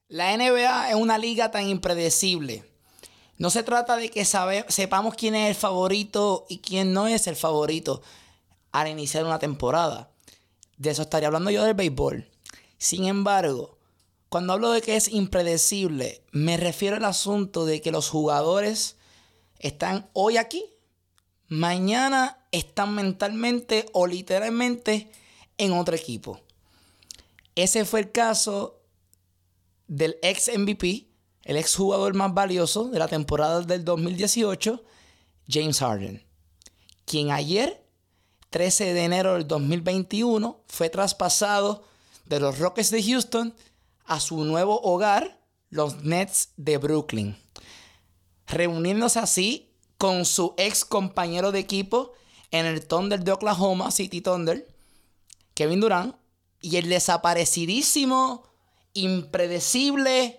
La NBA es una liga tan impredecible. No se trata de que sepamos quién es el favorito y quién no es el favorito al iniciar una temporada. De eso estaría hablando yo del béisbol. Sin embargo, cuando hablo de que es impredecible, me refiero al asunto de que los jugadores están hoy aquí, mañana están mentalmente o literalmente en otro equipo. Ese fue el caso del ex MVP, el ex jugador más valioso de la temporada del 2018, James Harden, quien ayer, 13 de enero del 2021, fue traspasado de los Rockets de Houston a su nuevo hogar, los Nets de Brooklyn, reuniéndose así con su ex compañero de equipo en el Thunder de Oklahoma City Thunder, Kevin Durant, y el desaparecidísimo, impredecible,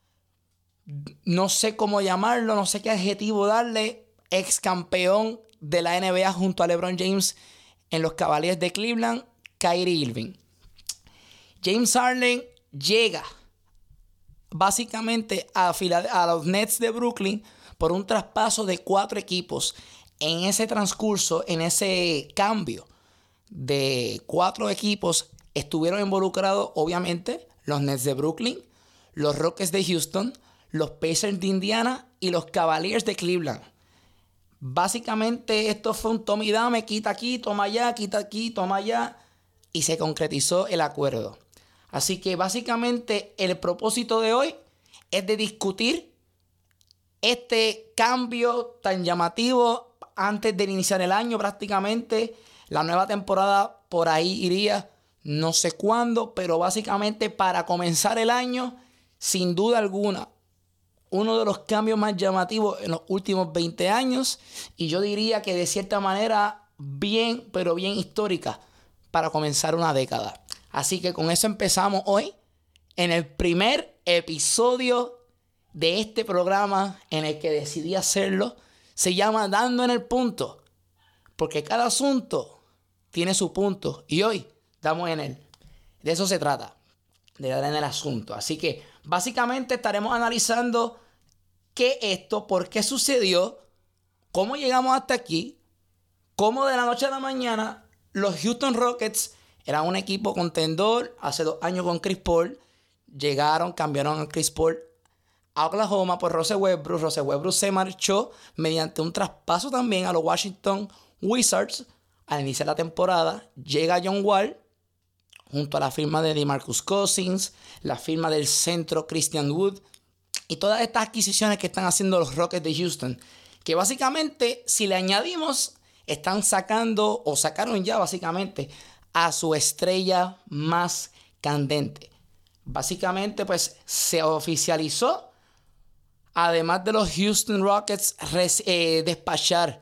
no sé cómo llamarlo, no sé qué adjetivo darle, ex campeón de la NBA junto a LeBron James en los Cavaliers de Cleveland, Kyrie Irving. James Harden llega básicamente a los Nets de Brooklyn por un traspaso de 4 equipos. En ese transcurso, en ese cambio de 4 equipos, estuvieron involucrados obviamente los Nets de Brooklyn, los Rockets de Houston, los Pacers de Indiana y los Cavaliers de Cleveland. Básicamente esto fue un toma y dame, quita aquí, toma allá, quita aquí, toma allá, y se concretizó el acuerdo. Así que básicamente el propósito de hoy es de discutir este cambio tan llamativo antes de iniciar el año prácticamente. La nueva temporada por ahí iría, no sé cuándo, pero básicamente para comenzar el año, sin duda alguna, uno de los cambios más llamativos en los últimos 20 años. Y yo diría que de cierta manera bien, pero bien histórica para comenzar una década. Así que con eso empezamos hoy en el primer episodio de este programa en el que decidí hacerlo. Se llama Dando en el Punto, porque cada asunto tiene su punto y hoy damos en él. De eso se trata, de dar en el asunto. Así que básicamente estaremos analizando qué esto, por qué sucedió, cómo llegamos hasta aquí, cómo de la noche a la mañana los Houston Rockets eran un equipo contendor hace 2 años con Chris Paul. Cambiaron a Chris Paul a Oklahoma por Russell Westbrook. Russell Westbrook se marchó mediante un traspaso también a los Washington Wizards. Al iniciar la temporada, llega John Wall junto a la firma de DeMarcus Cousins, la firma del centro Christian Wood y todas estas adquisiciones que están haciendo los Rockets de Houston, que básicamente, si le añadimos, están sacando o sacaron ya básicamente a su estrella más candente. Básicamente, pues se oficializó, además de los Houston Rockets despachar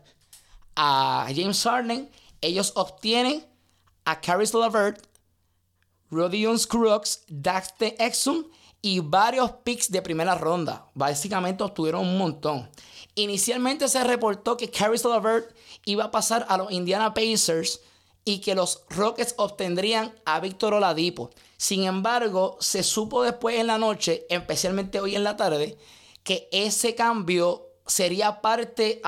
a James Harden, ellos obtienen a Caris LeVert, Rodion Scruggs, Daxter Exum y varios picks de primera ronda. Básicamente obtuvieron un montón. Inicialmente se reportó que Caris LeVert iba a pasar a los Indiana Pacers y que los Rockets obtendrían a Víctor Oladipo. Sin embargo, se supo después en la noche, especialmente hoy en la tarde, que ese cambio sería parte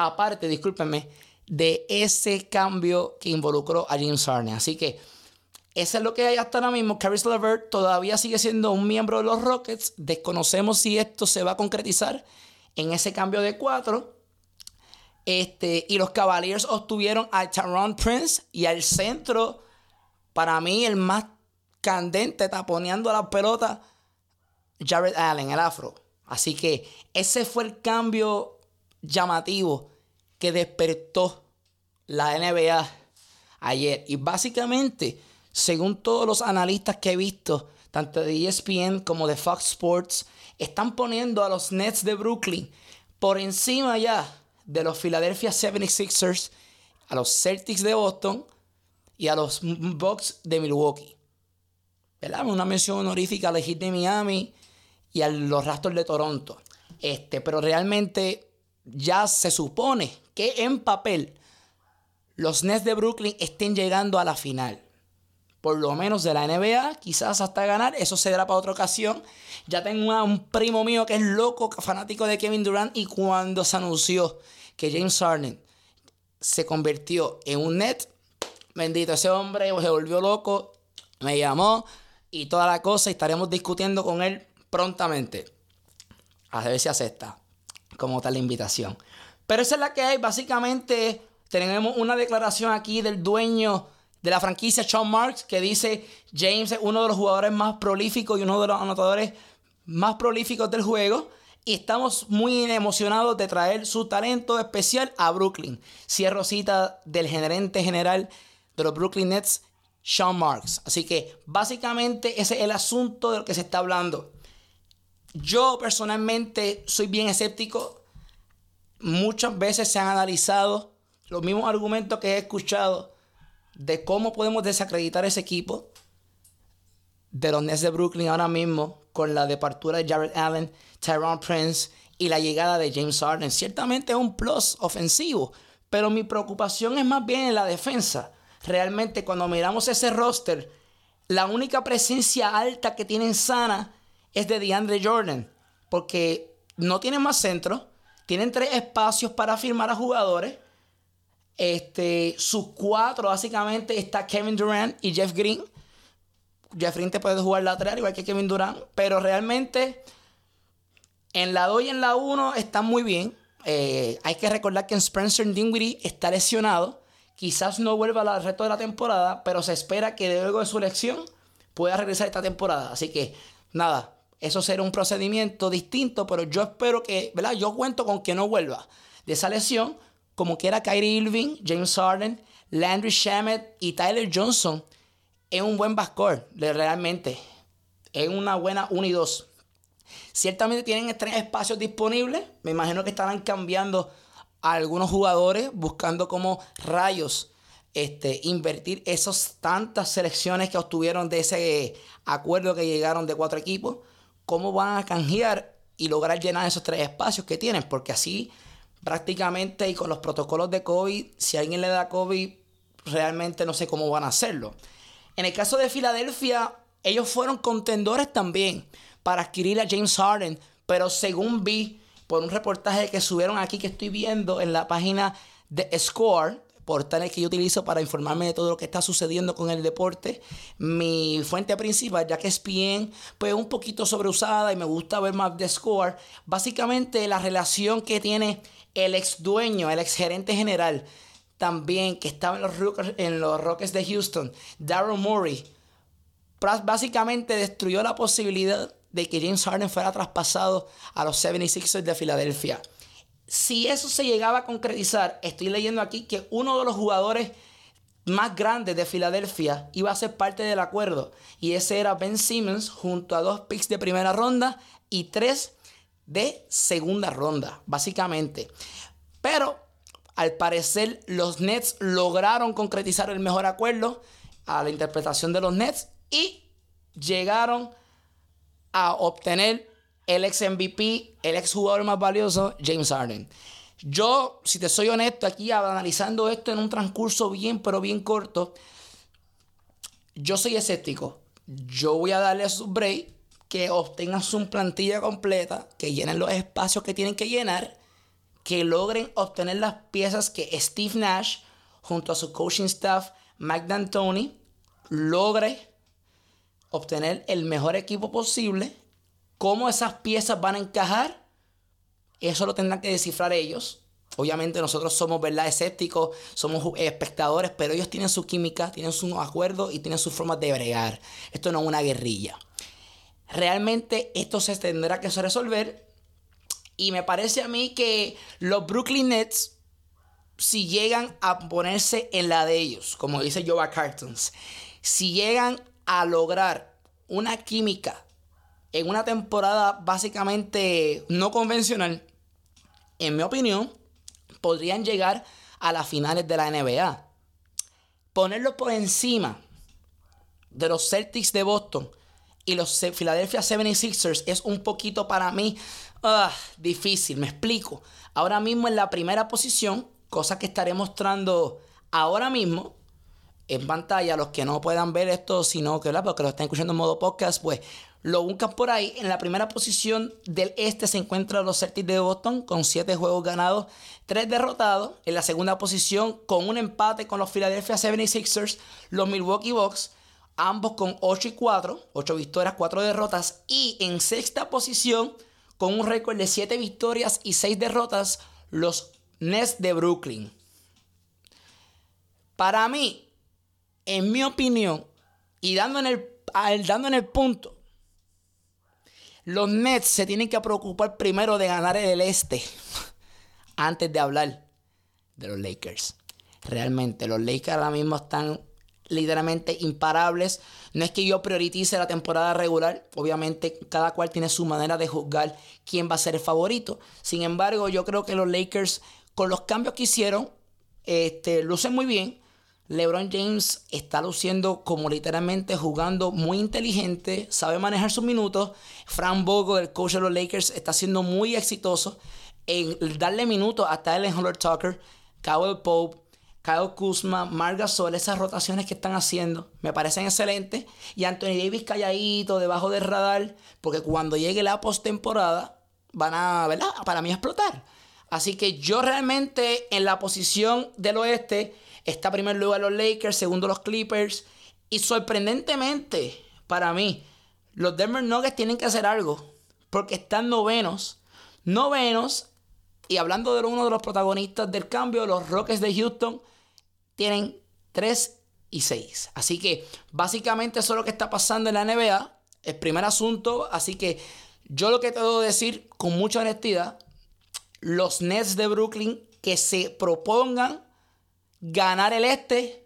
de ese cambio que involucró a James Harden. Así que eso es lo que hay hasta ahora mismo. Caris LeVert todavía sigue siendo un miembro de los Rockets. Desconocemos si esto se va a concretizar en ese cambio de 4. Y los Cavaliers obtuvieron a Taurean Prince y al centro, para mí el más candente, taponeando la pelota, Jarrett Allen, el afro. Así que ese fue el cambio llamativo que despertó la NBA ayer. Y básicamente, según todos los analistas que he visto, tanto de ESPN como de Fox Sports, están poniendo a los Nets de Brooklyn por encima ya de los Philadelphia 76ers, a los Celtics de Boston y a los Bucks de Milwaukee. ¿Verdad? Una mención honorífica a los Heat de Miami y a los Raptors de Toronto. Pero realmente ya se supone que en papel los Nets de Brooklyn estén llegando a la final. por lo menos de la NBA, quizás hasta ganar. Eso se dará para otra ocasión. Ya tengo un primo mío que es loco, fanático de Kevin Durant, y cuando se anunció que James Harden se convirtió en un net, bendito, ese hombre se volvió loco, me llamó y toda la cosa, y estaremos discutiendo con él prontamente. A ver si acepta como tal la invitación. Pero esa es la que hay. Básicamente tenemos una declaración aquí del dueño de la franquicia, Sean Marks, que dice: James es uno de los jugadores más prolíficos y uno de los anotadores más prolíficos del juego, y estamos muy emocionados de traer su talento especial a Brooklyn. Cierro cita del gerente general de los Brooklyn Nets, Sean Marks. Así que básicamente ese es el asunto de lo que se está hablando. Yo personalmente soy bien escéptico. Muchas veces se han analizado los mismos argumentos que he escuchado de cómo podemos desacreditar ese equipo de los Nets de Brooklyn ahora mismo, con la departura de Jarrett Allen, Tyrone Prince y la llegada de James Harden. Ciertamente es un plus ofensivo, pero mi preocupación es más bien en la defensa. Realmente, cuando miramos ese roster, la única presencia alta que tienen sana es de DeAndre Jordan, porque no tienen más centros, tienen 3 espacios para firmar a jugadores. Sus 4 básicamente está Kevin Durant y Jeff Green. Jeff Green te puede jugar lateral igual que Kevin Durant, pero realmente en la 2 y en la 1 están muy bien. Hay que recordar que Spencer Dinwiddie está lesionado. Quizás no vuelva al resto de la temporada, pero se espera que luego de su lesión pueda regresar esta temporada. Así que nada, eso será un procedimiento distinto, pero yo espero que, ¿verdad? Yo cuento con que no vuelva de esa lesión, como quiera. Kyrie Irving, James Harden, Landry Shamet y Tyler Johnson es un buen backcourt, realmente. Es una buena 1 y 2. Ciertamente tienen 3 espacios disponibles. Me imagino que estarán cambiando a algunos jugadores, buscando como rayos invertir esas tantas selecciones que obtuvieron de ese acuerdo que llegaron de 4 equipos. Cómo van a canjear y lograr llenar esos 3 espacios que tienen, porque así prácticamente, y con los protocolos de COVID, si a alguien le da COVID, realmente no sé cómo van a hacerlo. En el caso de Filadelfia, ellos fueron contendores también para adquirir a James Harden, pero según vi por un reportaje que subieron aquí, que estoy viendo en la página de Score, portal que yo utilizo para informarme de todo lo que está sucediendo con el deporte, mi fuente principal, ya que ESPN pues un poquito sobreusada y me gusta ver más de Score. Básicamente la relación que tiene el ex dueño, el ex gerente general también, que estaba en los Rockets de Houston, Daryl Morey, básicamente destruyó la posibilidad de que James Harden fuera traspasado a los 76ers de Filadelfia. Si eso se llegaba a concretizar, estoy leyendo aquí que uno de los jugadores más grandes de Filadelfia iba a ser parte del acuerdo, y ese era Ben Simmons, junto a 2 picks de primera ronda y 3 de segunda ronda, básicamente. Pero al parecer los Nets lograron concretizar el mejor acuerdo a la interpretación de los Nets y llegaron a obtener el ex MVP, el ex jugador más valioso, James Harden. Yo, si te soy honesto, aquí analizando esto en un transcurso bien, pero bien corto, yo soy escéptico. Yo voy a darle a su break, que obtengan su plantilla completa, que llenen los espacios que tienen que llenar, que logren obtener las piezas que Steve Nash, junto a su coaching staff, Mike D'Antoni, logre obtener el mejor equipo posible. Cómo esas piezas van a encajar, eso lo tendrán que descifrar ellos. Obviamente nosotros somos, ¿verdad?, escépticos, somos espectadores, pero ellos tienen su química, tienen sus acuerdos y tienen sus formas de bregar. Esto no es una guerrilla. Realmente esto se tendrá que resolver, y me parece a mí que los Brooklyn Nets, si llegan a ponerse en la de ellos, como dice Joe Cartons, si llegan a lograr una química en una temporada básicamente no convencional, en mi opinión, podrían llegar a las finales de la NBA. Ponerlos por encima de los Celtics de Boston y los Philadelphia 76ers es un poquito para mí difícil. Me explico. Ahora mismo en la primera posición, cosa que estaré mostrando ahora mismo, en pantalla, los que no puedan ver esto, sino que, ¿verdad?, porque lo están escuchando en modo podcast, pues lo buscan por ahí. En la primera posición del este se encuentran los Celtics de Boston con 7 juegos ganados, 3 derrotados. En la segunda posición, con un empate con los Philadelphia 76ers, los Milwaukee Bucks, ambos con 8-4, 8 victorias, 4 derrotas. Y en sexta posición, con un récord de 7 victorias y 6 derrotas, los Nets de Brooklyn. Para mí, en mi opinión, y dando en el punto, los Nets se tienen que preocupar primero de ganar el este antes de hablar de los Lakers. Realmente, los Lakers ahora mismo están literalmente imparables. No es que yo priorice la temporada regular. Obviamente, cada cual tiene su manera de juzgar quién va a ser el favorito. Sin embargo, yo creo que los Lakers, con los cambios que hicieron, lucen muy bien. LeBron James está luciendo como literalmente jugando muy inteligente, sabe manejar sus minutos. Frank Vogel, el coach de los Lakers, está siendo muy exitoso en darle minutos a Tyler Tucker, Caldwell Pope, Kyle Kuzma, Marc Gasol. Esas rotaciones que están haciendo me parecen excelentes. Y Anthony Davis calladito, debajo del radar, porque cuando llegue la postemporada van a, ¿verdad?, para mí explotar. Así que yo realmente en la posición del oeste está en primer lugar los Lakers, segundo los Clippers. Y sorprendentemente, para mí, los Denver Nuggets tienen que hacer algo, porque están novenos. Y hablando de uno de los protagonistas del cambio, los Rockets de Houston tienen 3-6. Así que básicamente eso es lo que está pasando en la NBA. El primer asunto. Así que yo lo que te debo decir con mucha honestidad, los Nets de Brooklyn que se propongan ganar el este,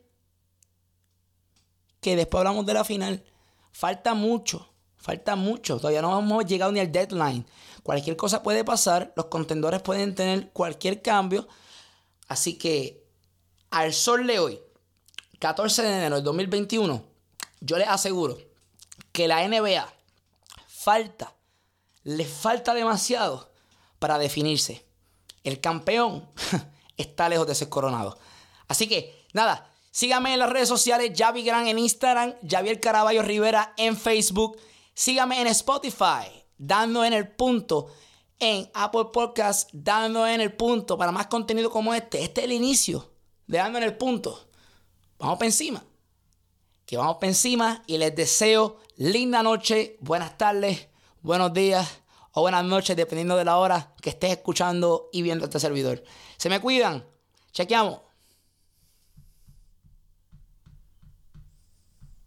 que después hablamos de la final. Falta mucho. Todavía no hemos llegado ni al deadline. Cualquier cosa puede pasar. Los contendores pueden tener cualquier cambio. Así que al sol de hoy, 14 de enero del 2021, yo les aseguro que la NBA le falta demasiado para definirse. El campeón está lejos de ser coronado. Así que, nada, síganme en las redes sociales, Javi Gran en Instagram, Javier Caraballo Rivera en Facebook. Síganme en Spotify, Dando en el Punto, en Apple Podcast, Dando en el Punto, para más contenido como este. Este es el inicio de Dando en el Punto. Vamos para encima, y les deseo linda noche, buenas tardes, buenos días o buenas noches, dependiendo de la hora que estés escuchando y viendo este servidor. Se me cuidan. Chequeamos.